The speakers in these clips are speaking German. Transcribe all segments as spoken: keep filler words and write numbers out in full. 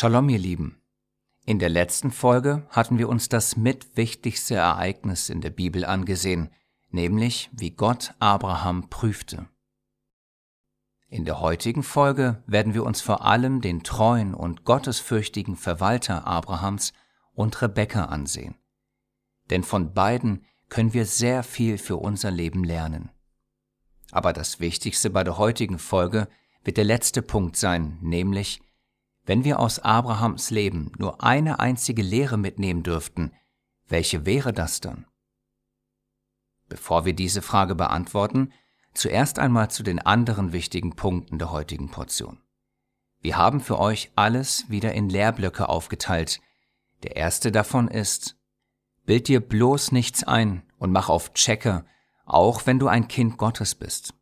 Shalom, ihr Lieben. In der letzten Folge hatten wir uns das mitwichtigste Ereignis in der Bibel angesehen, nämlich wie Gott Abraham prüfte. In der heutigen Folge werden wir uns vor allem den treuen und gottesfürchtigen Verwalter Abrahams und Rebekka ansehen. Denn von beiden können wir sehr viel für unser Leben lernen. Aber das Wichtigste bei der heutigen Folge wird der letzte Punkt sein, nämlich, wenn wir aus Abrahams Leben nur eine einzige Lehre mitnehmen dürften, welche wäre das dann? Bevor wir diese Frage beantworten, zuerst einmal zu den anderen wichtigen Punkten der heutigen Portion. Wir haben für euch alles wieder in Lehrblöcke aufgeteilt. Der erste davon ist: Bild dir bloß nichts ein und mach auf Checker, auch wenn du ein Kind Gottes bist.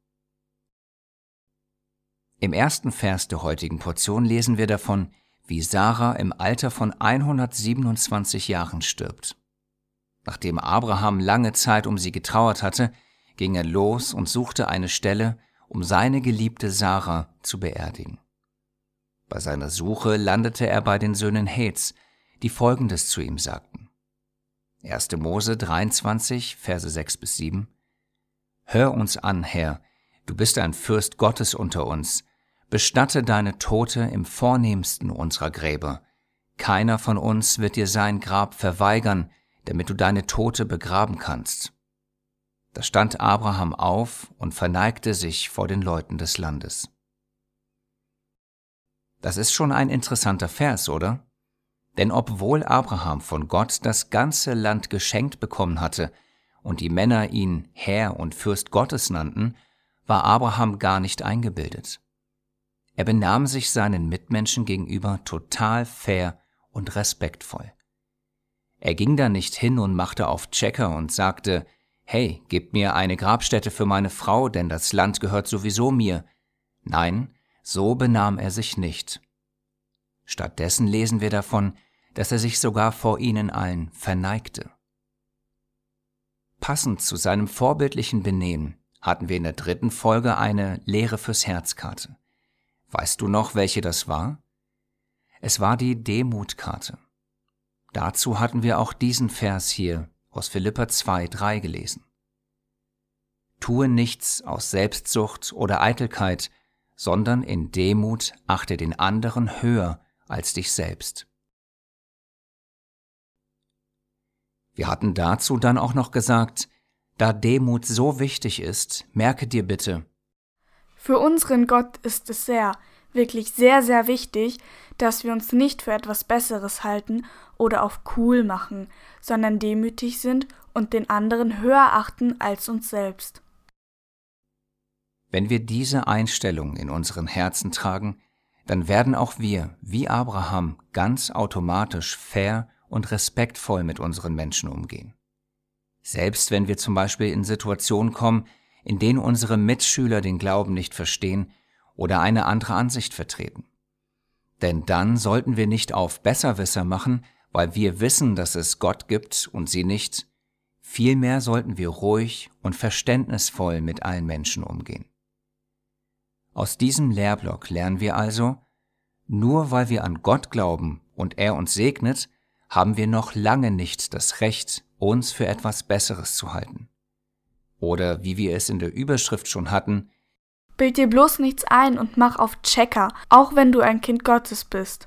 Im ersten Vers der heutigen Portion lesen wir davon, wie Sarah im Alter von hundertsiebenundzwanzig Jahren stirbt. Nachdem Abraham lange Zeit um sie getrauert hatte, ging er los und suchte eine Stelle, um seine geliebte Sarah zu beerdigen. Bei seiner Suche landete er bei den Söhnen Heths, die Folgendes zu ihm sagten. erster Mose dreiundzwanzig, Verse sechs bis sieben: Hör uns an, Herr, du bist ein Fürst Gottes unter uns. Bestatte deine Tote im vornehmsten unserer Gräber. Keiner von uns wird dir sein Grab verweigern, damit du deine Tote begraben kannst. Da stand Abraham auf und verneigte sich vor den Leuten des Landes. Das ist schon ein interessanter Vers, oder? Denn obwohl Abraham von Gott das ganze Land geschenkt bekommen hatte und die Männer ihn Herr und Fürst Gottes nannten, war Abraham gar nicht eingebildet. Er benahm sich seinen Mitmenschen gegenüber total fair und respektvoll. Er ging da nicht hin und machte auf Checker und sagte: Hey, gib mir eine Grabstätte für meine Frau, denn das Land gehört sowieso mir. Nein, so benahm er sich nicht. Stattdessen lesen wir davon, dass er sich sogar vor ihnen allen verneigte. Passend zu seinem vorbildlichen Benehmen hatten wir in der dritten Folge eine Lehre fürs Herzkarte. Weißt du noch, welche das war? Es war die Demutkarte. Dazu hatten wir auch diesen Vers hier aus Philipper zwei, drei gelesen. Tue nichts aus Selbstsucht oder Eitelkeit, sondern in Demut achte den anderen höher als dich selbst. Wir hatten dazu dann auch noch gesagt, da Demut so wichtig ist, merke dir bitte: Für unseren Gott ist es sehr, wirklich sehr, sehr wichtig, dass wir uns nicht für etwas Besseres halten oder auf cool machen, sondern demütig sind und den anderen höher achten als uns selbst. Wenn wir diese Einstellung in unseren Herzen tragen, dann werden auch wir, wie Abraham, ganz automatisch fair und respektvoll mit unseren Menschen umgehen. Selbst wenn wir zum Beispiel in Situationen kommen, in denen unsere Mitschüler den Glauben nicht verstehen oder eine andere Ansicht vertreten. Denn dann sollten wir nicht auf Besserwisser machen, weil wir wissen, dass es Gott gibt und sie nicht. Vielmehr sollten wir ruhig und verständnisvoll mit allen Menschen umgehen. Aus diesem Lehrblock lernen wir also: Nur weil wir an Gott glauben und er uns segnet, haben wir noch lange nicht das Recht, uns für etwas Besseres zu halten. Oder wie wir es in der Überschrift schon hatten: Bild dir bloß nichts ein und mach auf Checker, auch wenn du ein Kind Gottes bist.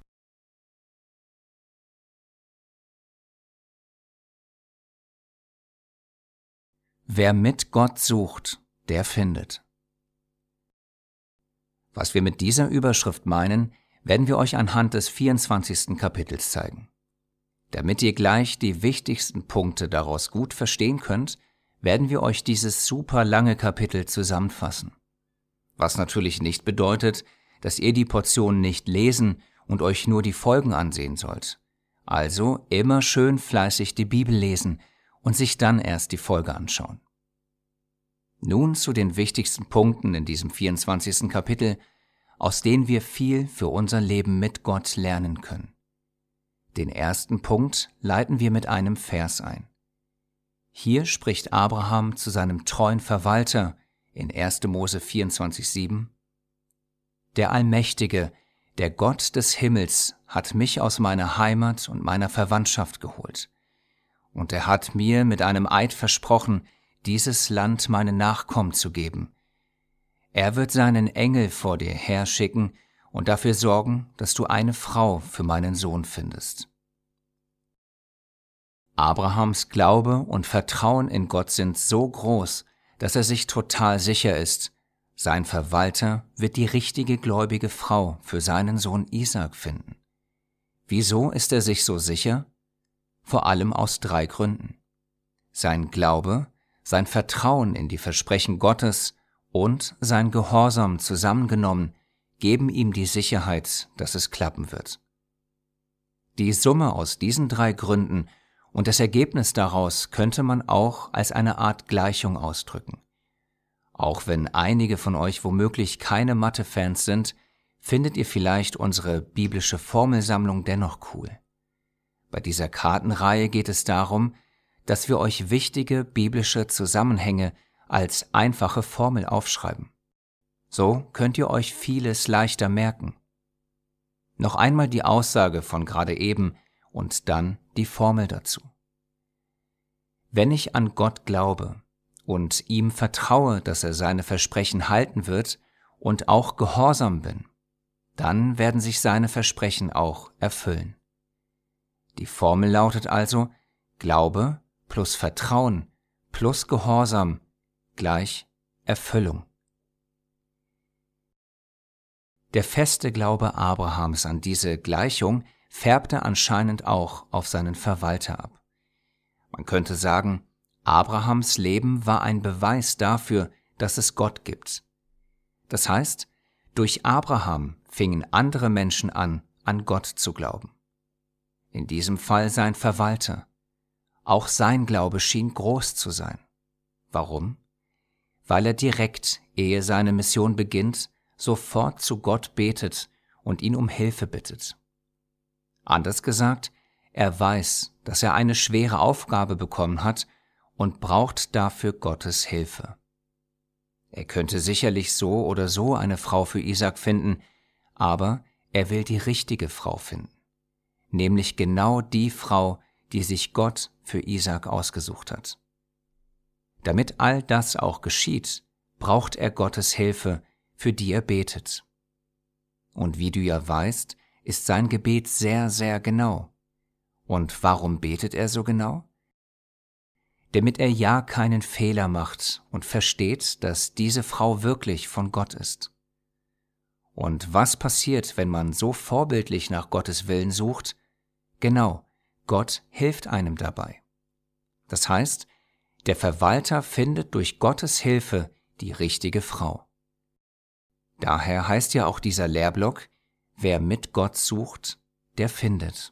Wer mit Gott sucht, der findet. Was wir mit dieser Überschrift meinen, werden wir euch anhand des vierundzwanzigsten Kapitels zeigen. Damit ihr gleich die wichtigsten Punkte daraus gut verstehen könnt, werden wir euch dieses super lange Kapitel zusammenfassen. Was natürlich nicht bedeutet, dass ihr die Portion nicht lesen und euch nur die Folgen ansehen sollt. Also immer schön fleißig die Bibel lesen und sich dann erst die Folge anschauen. Nun zu den wichtigsten Punkten in diesem vierundzwanzigsten Kapitel, aus denen wir viel für unser Leben mit Gott lernen können. Den ersten Punkt leiten wir mit einem Vers ein. Hier spricht Abraham zu seinem treuen Verwalter in erster Mose vierundzwanzig, sieben: Der Allmächtige, Der Gott des Himmels hat mich aus meiner Heimat und meiner Verwandtschaft geholt. Und er hat mir mit einem Eid versprochen, dieses Land meinen Nachkommen zu geben. Er wird seinen Engel vor dir herschicken und dafür sorgen, dass du eine Frau für meinen Sohn findest. Abrahams Glaube und Vertrauen in Gott sind so groß, dass er sich total sicher ist, sein Verwalter wird die richtige gläubige Frau für seinen Sohn Isaak finden. Wieso ist er sich so sicher? Vor allem aus drei Gründen. Sein Glaube, sein Vertrauen in die Versprechen Gottes und sein Gehorsam zusammengenommen geben ihm die Sicherheit, dass es klappen wird. Die Summe aus diesen drei Gründen und das Ergebnis daraus könnte man auch als eine Art Gleichung ausdrücken. Auch wenn einige von euch womöglich keine Mathe-Fans sind, findet ihr vielleicht unsere biblische Formelsammlung dennoch cool. Bei dieser Kartenreihe geht es darum, dass wir euch wichtige biblische Zusammenhänge als einfache Formel aufschreiben. So könnt ihr euch vieles leichter merken. Noch einmal die Aussage von gerade eben und dann die Formel dazu. Wenn ich an Gott glaube und ihm vertraue, dass er seine Versprechen halten wird und auch gehorsam bin, dann werden sich seine Versprechen auch erfüllen. Die Formel lautet also Glaube plus Vertrauen plus Gehorsam gleich Erfüllung. Der feste Glaube Abrahams an diese Gleichung färbte anscheinend auch auf seinen Verwalter ab. Man könnte sagen, Abrahams Leben war ein Beweis dafür, dass es Gott gibt. Das heißt, durch Abraham fingen andere Menschen an, an Gott zu glauben. In diesem Fall sein Verwalter. Auch sein Glaube schien groß zu sein. Warum? Weil er direkt, ehe seine Mission beginnt, sofort zu Gott betet und ihn um Hilfe bittet. Anders gesagt, er weiß, dass er eine schwere Aufgabe bekommen hat und braucht dafür Gottes Hilfe. Er könnte sicherlich so oder so eine Frau für Isaak finden, aber er will die richtige Frau finden, nämlich genau die Frau, die sich Gott für Isaak ausgesucht hat. Damit all das auch geschieht, braucht er Gottes Hilfe, für die er betet. Und wie du ja weißt, ist sein Gebet sehr, sehr genau. Und warum betet er so genau? Damit er ja keinen Fehler macht und versteht, dass diese Frau wirklich von Gott ist. Und was passiert, wenn man so vorbildlich nach Gottes Willen sucht? Genau, Gott hilft einem dabei. Das heißt, der Verwalter findet durch Gottes Hilfe die richtige Frau. Daher heißt ja auch dieser Lehrblock, wer mit Gott sucht, der findet.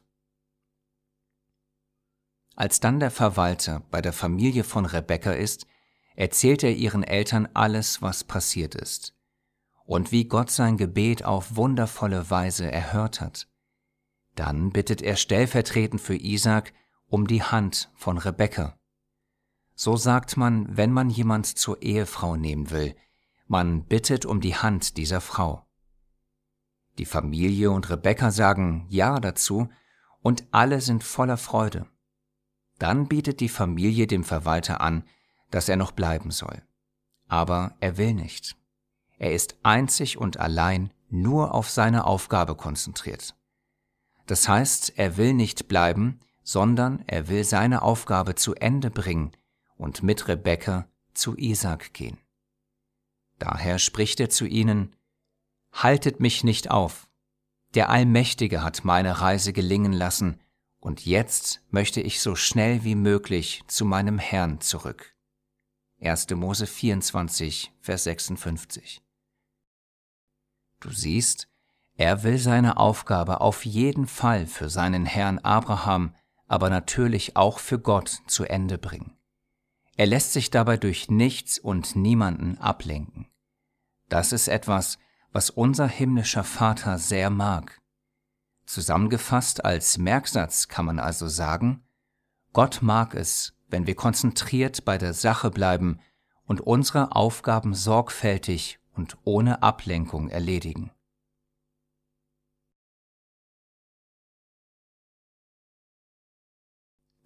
Als dann der Verwalter bei der Familie von Rebekka ist, erzählt er ihren Eltern alles, was passiert ist und wie Gott sein Gebet auf wundervolle Weise erhört hat. Dann bittet er stellvertretend für Isaak um die Hand von Rebekka. So sagt man, wenn man jemand zur Ehefrau nehmen will, man bittet um die Hand dieser Frau. Die Familie und Rebekka sagen Ja dazu und alle sind voller Freude. Dann bietet die Familie dem Verwalter an, dass er noch bleiben soll. Aber er will nicht. Er ist einzig und allein nur auf seine Aufgabe konzentriert. Das heißt, er will nicht bleiben, sondern er will seine Aufgabe zu Ende bringen und mit Rebekka zu Isaak gehen. Daher spricht er zu ihnen: Haltet mich nicht auf. Der Allmächtige hat meine Reise gelingen lassen, und jetzt möchte ich so schnell wie möglich zu meinem Herrn zurück. erster Mose vierundzwanzig, Vers sechsundfünfzig. Du siehst, er will seine Aufgabe auf jeden Fall für seinen Herrn Abraham, aber natürlich auch für Gott zu Ende bringen. Er lässt sich dabei durch nichts und niemanden ablenken. Das ist etwas, was unser himmlischer Vater sehr mag. Zusammengefasst als Merksatz kann man also sagen: Gott mag es, wenn wir konzentriert bei der Sache bleiben und unsere Aufgaben sorgfältig und ohne Ablenkung erledigen.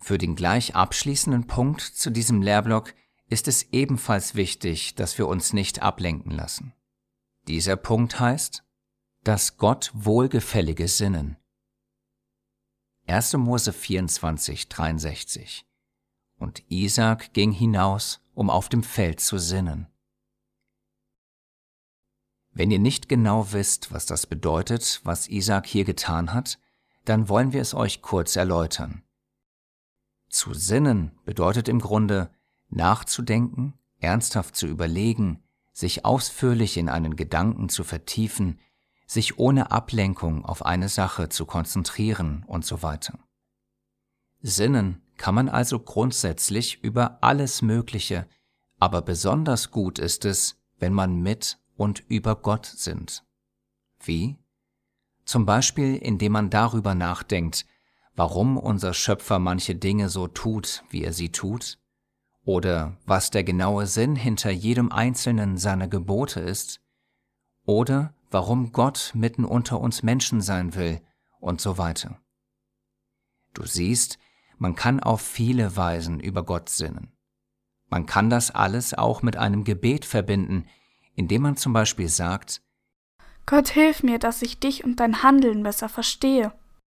Für den gleich abschließenden Punkt zu diesem Lehrblock ist es ebenfalls wichtig, dass wir uns nicht ablenken lassen. Dieser Punkt heißt, das Gott wohlgefällige Sinnen. erster Mose vierundzwanzig, dreiundsechzig. Und Isaak ging hinaus, um auf dem Feld zu sinnen. Wenn ihr nicht genau wisst, was das bedeutet, was Isaak hier getan hat, dann wollen wir es euch kurz erläutern. Zu sinnen bedeutet im Grunde, nachzudenken, ernsthaft zu überlegen, sich ausführlich in einen Gedanken zu vertiefen, sich ohne Ablenkung auf eine Sache zu konzentrieren und so weiter. Sinnen kann man also grundsätzlich über alles Mögliche, aber besonders gut ist es, wenn man mit und über Gott sinnt. Wie? Zum Beispiel, indem man darüber nachdenkt, warum unser Schöpfer manche Dinge so tut, wie er sie tut, oder was der genaue Sinn hinter jedem einzelnen seiner Gebote ist, oder warum Gott mitten unter uns Menschen sein will und so weiter. Du siehst, man kann auf viele Weisen über Gott sinnen. Man kann das alles auch mit einem Gebet verbinden, indem man zum Beispiel sagt: Gott, hilf mir, dass ich dich und dein Handeln besser verstehe.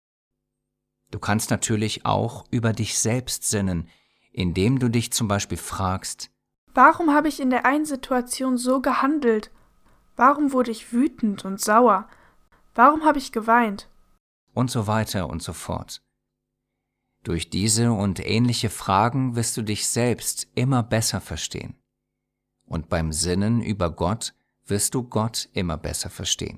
Du kannst natürlich auch über dich selbst sinnen, indem du dich zum Beispiel fragst: Warum habe ich in der einen Situation so gehandelt? Warum wurde ich wütend und sauer? Warum habe ich geweint? Und so weiter und so fort. Durch diese und ähnliche Fragen wirst du dich selbst immer besser verstehen. Und beim Sinnen über Gott wirst du Gott immer besser verstehen.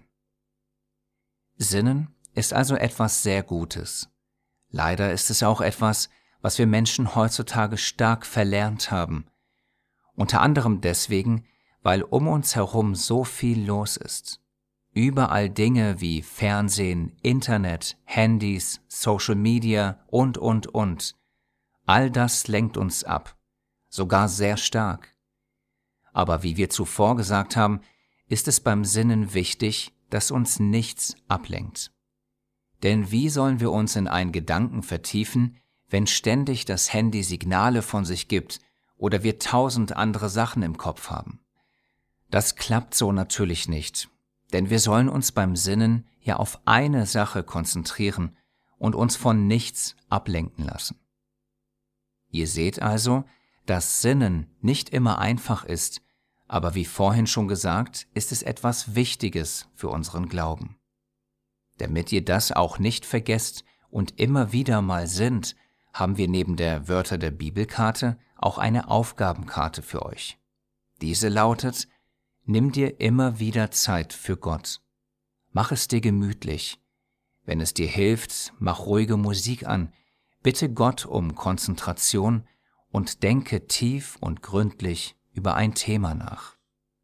Sinnen ist also etwas sehr Gutes. Leider ist es auch etwas, was wir Menschen heutzutage stark verlernt haben. Unter anderem deswegen, weil um uns herum so viel los ist. Überall Dinge wie Fernsehen, Internet, Handys, Social Media und, und, und. All das lenkt uns ab, sogar sehr stark. Aber wie wir zuvor gesagt haben, ist es beim Sinnen wichtig, dass uns nichts ablenkt. Denn wie sollen wir uns in einen Gedanken vertiefen, wenn ständig das Handy Signale von sich gibt oder wir tausend andere Sachen im Kopf haben? Das klappt so natürlich nicht, denn wir sollen uns beim Sinnen ja auf eine Sache konzentrieren und uns von nichts ablenken lassen. Ihr seht also, dass Sinnen nicht immer einfach ist, aber wie vorhin schon gesagt, ist es etwas Wichtiges für unseren Glauben. Damit ihr das auch nicht vergesst und immer wieder mal sinnt, haben wir neben der Wörter der Bibelkarte auch eine Aufgabenkarte für euch. Diese lautet: Nimm dir immer wieder Zeit für Gott. Mach es dir gemütlich. Wenn es dir hilft, mach ruhige Musik an, bitte Gott um Konzentration und denke tief und gründlich über ein Thema nach.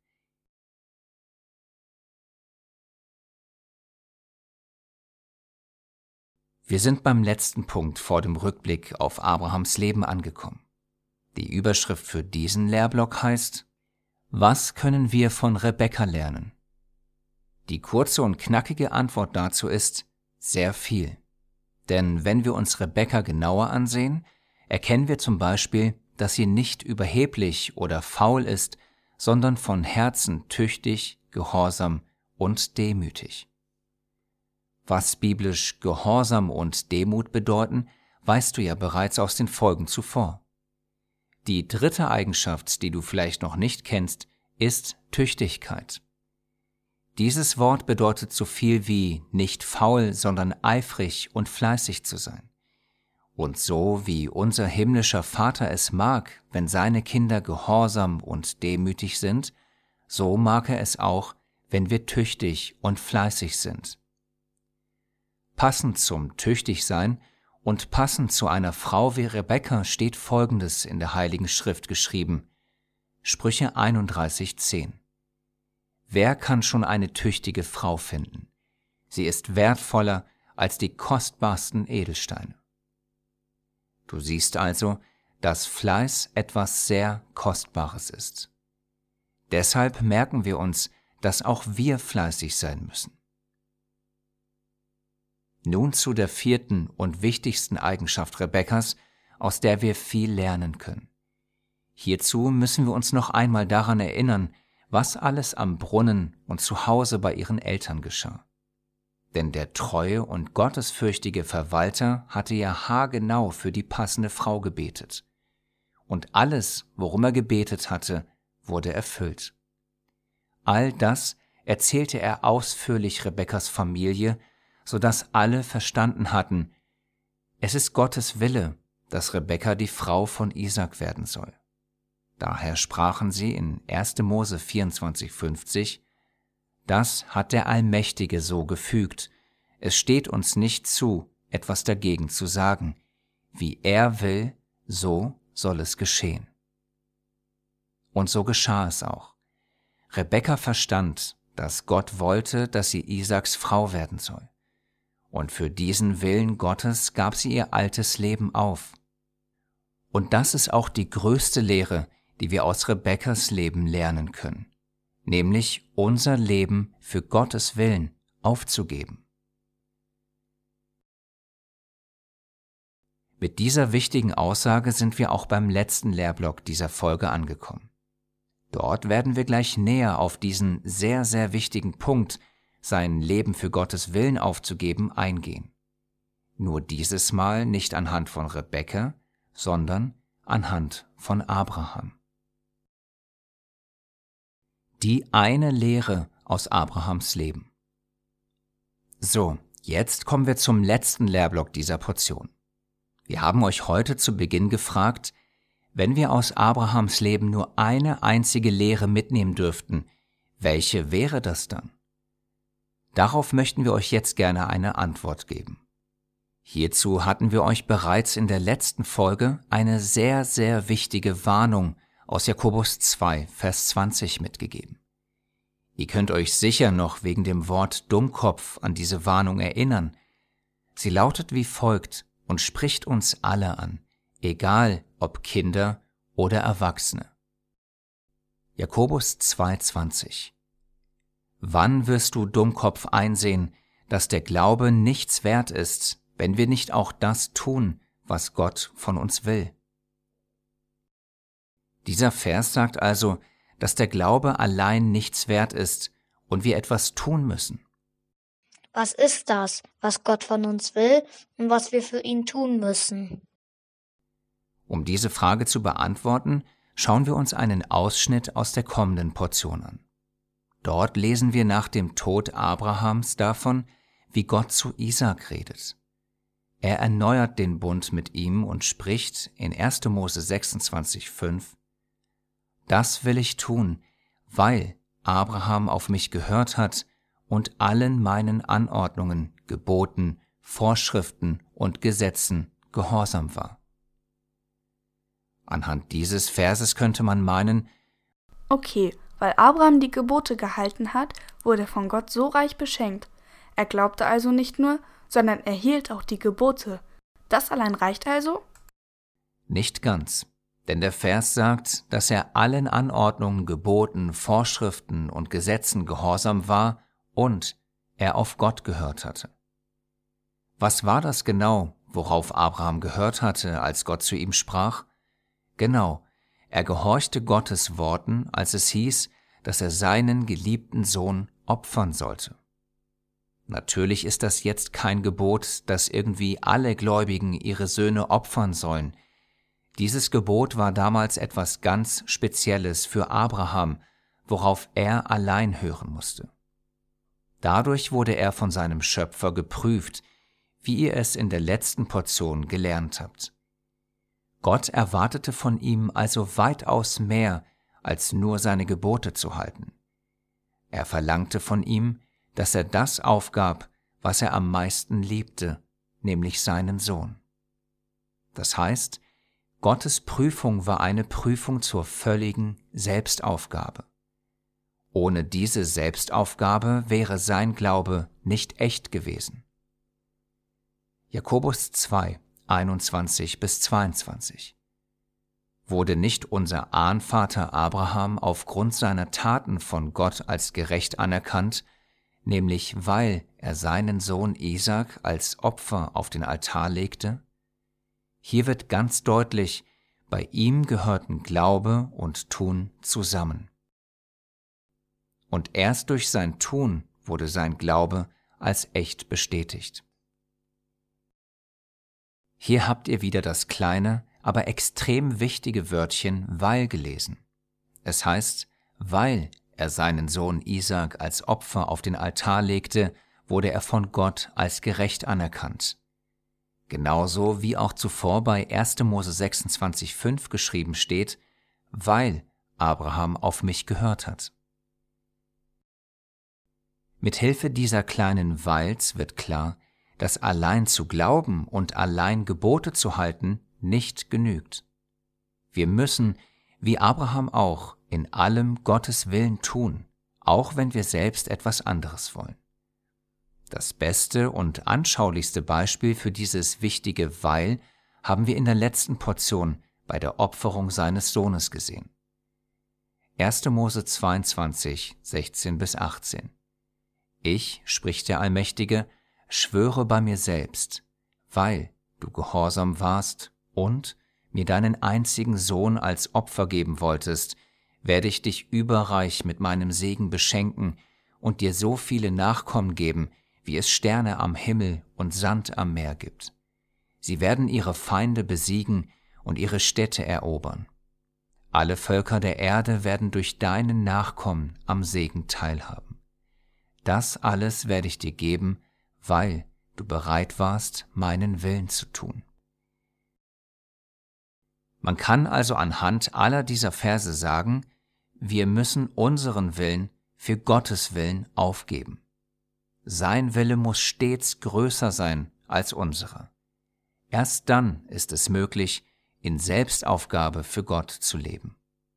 Wir sind beim letzten Punkt vor dem Rückblick auf Abrahams Leben angekommen. Die Überschrift für diesen Lehrblock heißt: Was können wir von Rebekka lernen? Die kurze und knackige Antwort dazu ist: sehr viel. Denn wenn wir uns Rebekka genauer ansehen, erkennen wir zum Beispiel, dass sie nicht überheblich oder faul ist, sondern von Herzen tüchtig, gehorsam und demütig. Was biblisch Gehorsam und Demut bedeuten, weißt du ja bereits aus den Folgen zuvor. Die dritte Eigenschaft, die du vielleicht noch nicht kennst, ist Tüchtigkeit. Dieses Wort bedeutet so viel wie nicht faul, sondern eifrig und fleißig zu sein. Und so wie unser himmlischer Vater es mag, wenn seine Kinder gehorsam und demütig sind, so mag er es auch, wenn wir tüchtig und fleißig sind. Passend zum Tüchtigsein und passend zu einer Frau wie Rebekka steht Folgendes in der Heiligen Schrift geschrieben: Sprüche einunddreißig, zehn. Wer kann schon eine tüchtige Frau finden? Sie ist wertvoller als die kostbarsten Edelsteine. Du siehst also, dass Fleiß etwas sehr Kostbares ist. Deshalb merken wir uns, dass auch wir fleißig sein müssen. Nun zu der vierten und wichtigsten Eigenschaft Rebekkas, aus der wir viel lernen können. Hierzu müssen wir uns noch einmal daran erinnern, was alles am Brunnen und zu Hause bei ihren Eltern geschah. Denn der treue und gottesfürchtige Verwalter hatte ja haargenau für die passende Frau gebetet. Und alles, worum er gebetet hatte, wurde erfüllt. All das erzählte er ausführlich Rebekkas Familie, sodass alle verstanden hatten, es ist Gottes Wille, dass Rebekka die Frau von Isaak werden soll. Daher sprachen sie in erster Mose vierundzwanzig fünfzig, das hat der Allmächtige so gefügt, es steht uns nicht zu, etwas dagegen zu sagen. Wie er will, so soll es geschehen. Und so geschah es auch. Rebekka verstand, dass Gott wollte, dass sie Isaaks Frau werden soll. Und für diesen Willen Gottes gab sie ihr altes Leben auf. Und das ist auch die größte Lehre, die wir aus Rebekkas Leben lernen können, nämlich unser Leben für Gottes Willen aufzugeben. Mit dieser wichtigen Aussage sind wir auch beim letzten Lehrblock dieser Folge angekommen. Dort werden wir gleich näher auf diesen sehr, sehr wichtigen Punkt, sein Leben für Gottes Willen aufzugeben, eingehen. Nur dieses Mal nicht anhand von Rebekka, sondern anhand von Abraham. Die eine Lehre aus Abrahams Leben. So, jetzt kommen wir zum letzten Lehrblock dieser Portion. Wir haben euch heute zu Beginn gefragt, wenn wir aus Abrahams Leben nur eine einzige Lehre mitnehmen dürften, welche wäre das dann? Darauf möchten wir euch jetzt gerne eine Antwort geben. Hierzu hatten wir euch bereits in der letzten Folge eine sehr, sehr wichtige Warnung aus Jakobus zwei, Vers zwanzig mitgegeben. Ihr könnt euch sicher noch wegen dem Wort Dummkopf an diese Warnung erinnern. Sie lautet wie folgt und spricht uns alle an, egal ob Kinder oder Erwachsene. Jakobus zwei, zwanzig. Wann wirst du, Dummkopf, einsehen, dass der Glaube nichts wert ist, wenn wir nicht auch das tun, was Gott von uns will? Dieser Vers sagt also, dass der Glaube allein nichts wert ist und wir etwas tun müssen. Was ist das, was Gott von uns will und was wir für ihn tun müssen? Um diese Frage zu beantworten, schauen wir uns einen Ausschnitt aus der kommenden Portion an. Dort lesen wir nach dem Tod Abrahams davon, wie Gott zu Isaak redet. Er erneuert den Bund mit ihm und spricht in erster Mose sechsundzwanzig, fünf: Das will ich tun, weil Abraham auf mich gehört hat und allen meinen Anordnungen, Geboten, Vorschriften und Gesetzen gehorsam war. Anhand dieses Verses könnte man meinen, okay, weil Abraham die Gebote gehalten hat, wurde er von Gott so reich beschenkt. Er glaubte also nicht nur, sondern erhielt auch die Gebote. Das allein reicht also? Nicht ganz, denn der Vers sagt, dass er allen Anordnungen, Geboten, Vorschriften und Gesetzen gehorsam war und er auf Gott gehört hatte. Was war das genau, worauf Abraham gehört hatte, als Gott zu ihm sprach? Genau, er gehorchte Gottes Worten, als es hieß, dass er seinen geliebten Sohn opfern sollte. Natürlich ist das jetzt kein Gebot, dass irgendwie alle Gläubigen ihre Söhne opfern sollen. Dieses Gebot war damals etwas ganz Spezielles für Abraham, worauf er allein hören musste. Dadurch wurde er von seinem Schöpfer geprüft, wie ihr es in der letzten Portion gelernt habt. Gott erwartete von ihm also weitaus mehr, als nur seine Gebote zu halten. Er verlangte von ihm, dass er das aufgab, was er am meisten liebte, nämlich seinen Sohn. Das heißt, Gottes Prüfung war eine Prüfung zur völligen Selbstaufgabe. Ohne diese Selbstaufgabe wäre sein Glaube nicht echt gewesen. Jakobus zwei, einundzwanzig bis zweiundzwanzig. Wurde nicht unser Ahnvater Abraham aufgrund seiner Taten von Gott als gerecht anerkannt, nämlich weil er seinen Sohn Isaak als Opfer auf den Altar legte? Hier wird ganz deutlich, bei ihm gehörten Glaube und Tun zusammen. Und erst durch sein Tun wurde sein Glaube als echt bestätigt. Hier habt ihr wieder das kleine, aber extrem wichtige Wörtchen weil gelesen. Es heißt, weil er seinen Sohn Isaak als Opfer auf den Altar legte, wurde er von Gott als gerecht anerkannt. Genauso wie auch zuvor bei erster Mose sechsundzwanzig fünf geschrieben steht, weil Abraham auf mich gehört hat. Mit Hilfe dieser kleinen Weils wird klar, dass allein zu glauben und allein Gebote zu halten nicht genügt. Wir müssen, wie Abraham auch, in allem Gottes Willen tun, auch wenn wir selbst etwas anderes wollen. Das beste und anschaulichste Beispiel für dieses wichtige Weil haben wir in der letzten Portion bei der Opferung seines Sohnes gesehen. erster Mose zweiundzwanzig, sechzehn bis achtzehn. Ich, spricht der Allmächtige, schwöre bei mir selbst, weil du gehorsam warst und mir deinen einzigen Sohn als Opfer geben wolltest, werde ich dich überreich mit meinem Segen beschenken und dir so viele Nachkommen geben, wie es Sterne am Himmel und Sand am Meer gibt. Sie werden ihre Feinde besiegen und ihre Städte erobern. Alle Völker der Erde werden durch deinen Nachkommen am Segen teilhaben. Das alles werde ich dir geben, weil du bereit warst, meinen Willen zu tun. Man kann also anhand aller dieser Verse sagen, wir müssen unseren Willen für Gottes Willen aufgeben. Sein Wille muss stets größer sein als unsere. Erst dann ist es möglich, in Selbstaufgabe für Gott zu leben.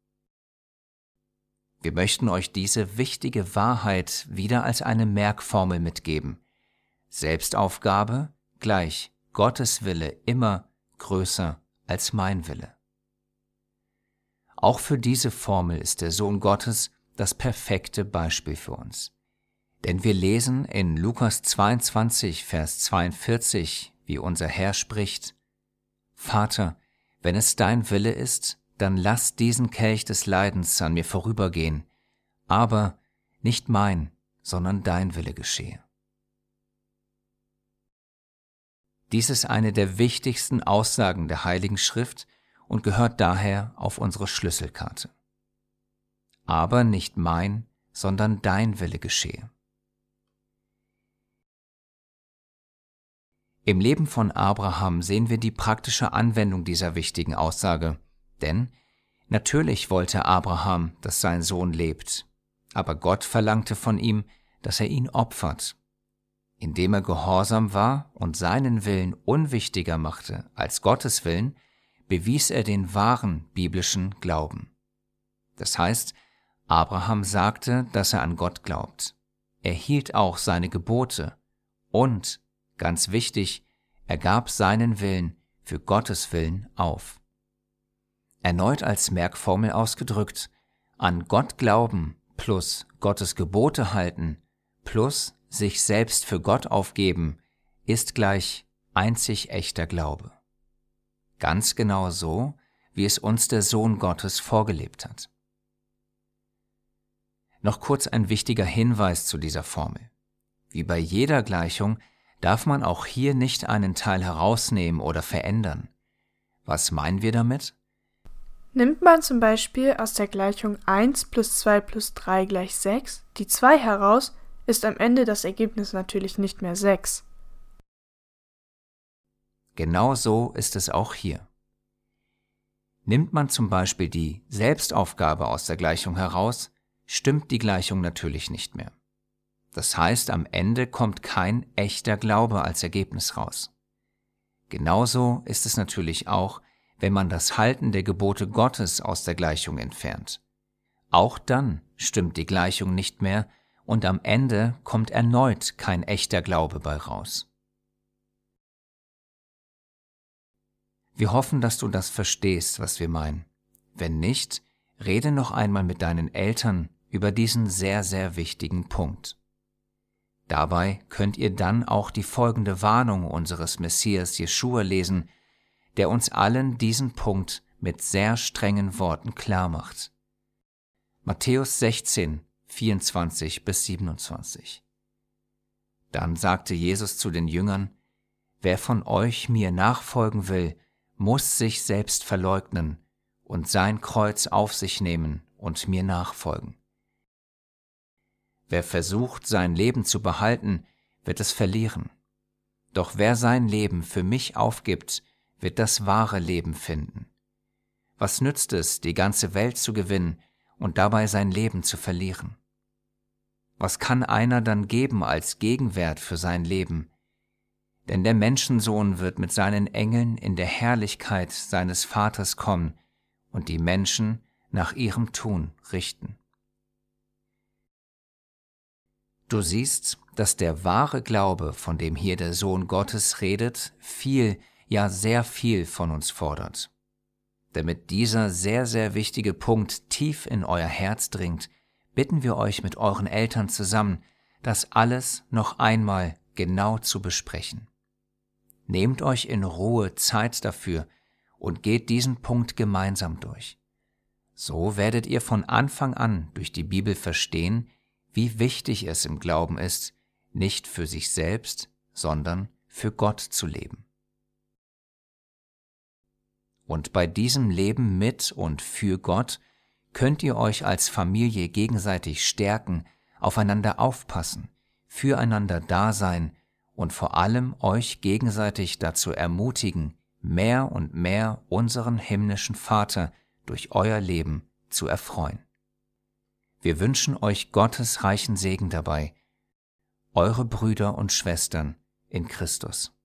Wir möchten euch diese wichtige Wahrheit wieder als eine Merkformel mitgeben. Selbstaufgabe gleich Gottes Wille immer größer als mein Wille. Auch für diese Formel ist der Sohn Gottes das perfekte Beispiel für uns. Denn wir lesen in Lukas zweiundzwanzig, Vers zweiundvierzig, wie unser Herr spricht: Vater, wenn es dein Wille ist, dann lass diesen Kelch des Leidens an mir vorübergehen, aber nicht mein, sondern dein Wille geschehe. Dies ist eine der wichtigsten Aussagen der Heiligen Schrift und gehört daher auf unsere Schlüsselkarte. Aber nicht mein, sondern dein Wille geschehe. Im Leben von Abraham sehen wir die praktische Anwendung dieser wichtigen Aussage, denn natürlich wollte Abraham, dass sein Sohn lebt, aber Gott verlangte von ihm, dass er ihn opfert. Indem er gehorsam war und seinen Willen unwichtiger machte als Gottes Willen, bewies er den wahren biblischen Glauben. Das heißt, Abraham sagte, dass er an Gott glaubt. Er hielt auch seine Gebote und, ganz wichtig, er gab seinen Willen für Gottes Willen auf. Erneut als Merkformel ausgedrückt, an Gott glauben plus Gottes Gebote halten plus sich selbst für Gott aufgeben ist gleich einzig echter Glaube. Ganz genau so, wie es uns der Sohn Gottes vorgelebt hat. Noch kurz ein wichtiger Hinweis zu dieser Formel. Wie bei jeder Gleichung darf man auch hier nicht einen Teil herausnehmen oder verändern. Was meinen wir damit? Nimmt man zum Beispiel aus der Gleichung eins plus zwei plus drei gleich sechs die zwei heraus, ist am Ende das Ergebnis natürlich nicht mehr sechs. Genau so ist es auch hier. Nimmt man zum Beispiel die Selbstaufgabe aus der Gleichung heraus, stimmt die Gleichung natürlich nicht mehr. Das heißt, am Ende kommt kein echter Glaube als Ergebnis raus. Genauso ist es natürlich auch, wenn man das Halten der Gebote Gottes aus der Gleichung entfernt. Auch dann stimmt die Gleichung nicht mehr und am Ende kommt erneut kein echter Glaube bei raus. Wir hoffen, dass du das verstehst, was wir meinen. Wenn nicht, rede noch einmal mit deinen Eltern über diesen sehr, sehr wichtigen Punkt. Dabei könnt ihr dann auch die folgende Warnung unseres Messias Jeschua lesen, der uns allen diesen Punkt mit sehr strengen Worten klarmacht. Matthäus sechzehn, vierundzwanzig bis siebenundzwanzig. Dann sagte Jesus zu den Jüngern: Wer von euch mir nachfolgen will, muss sich selbst verleugnen und sein Kreuz auf sich nehmen und mir nachfolgen. Wer versucht, sein Leben zu behalten, wird es verlieren. Doch wer sein Leben für mich aufgibt, wird das wahre Leben finden. Was nützt es, die ganze Welt zu gewinnen und dabei sein Leben zu verlieren? Was kann einer dann geben als Gegenwert für sein Leben? Denn der Menschensohn wird mit seinen Engeln in der Herrlichkeit seines Vaters kommen und die Menschen nach ihrem Tun richten. Du siehst, dass der wahre Glaube, von dem hier der Sohn Gottes redet, viel, ja sehr viel von uns fordert. Damit dieser sehr, sehr wichtige Punkt tief in euer Herz dringt, bitten wir euch mit euren Eltern zusammen, das alles noch einmal genau zu besprechen. Nehmt euch in Ruhe Zeit dafür und geht diesen Punkt gemeinsam durch. So werdet ihr von Anfang an durch die Bibel verstehen, wie wichtig es im Glauben ist, nicht für sich selbst, sondern für Gott zu leben. Und bei diesem Leben mit und für Gott könnt ihr euch als Familie gegenseitig stärken, aufeinander aufpassen, füreinander da sein und vor allem euch gegenseitig dazu ermutigen, mehr und mehr unseren himmlischen Vater durch euer Leben zu erfreuen. Wir wünschen euch Gottes reichen Segen dabei, eure Brüder und Schwestern in Christus.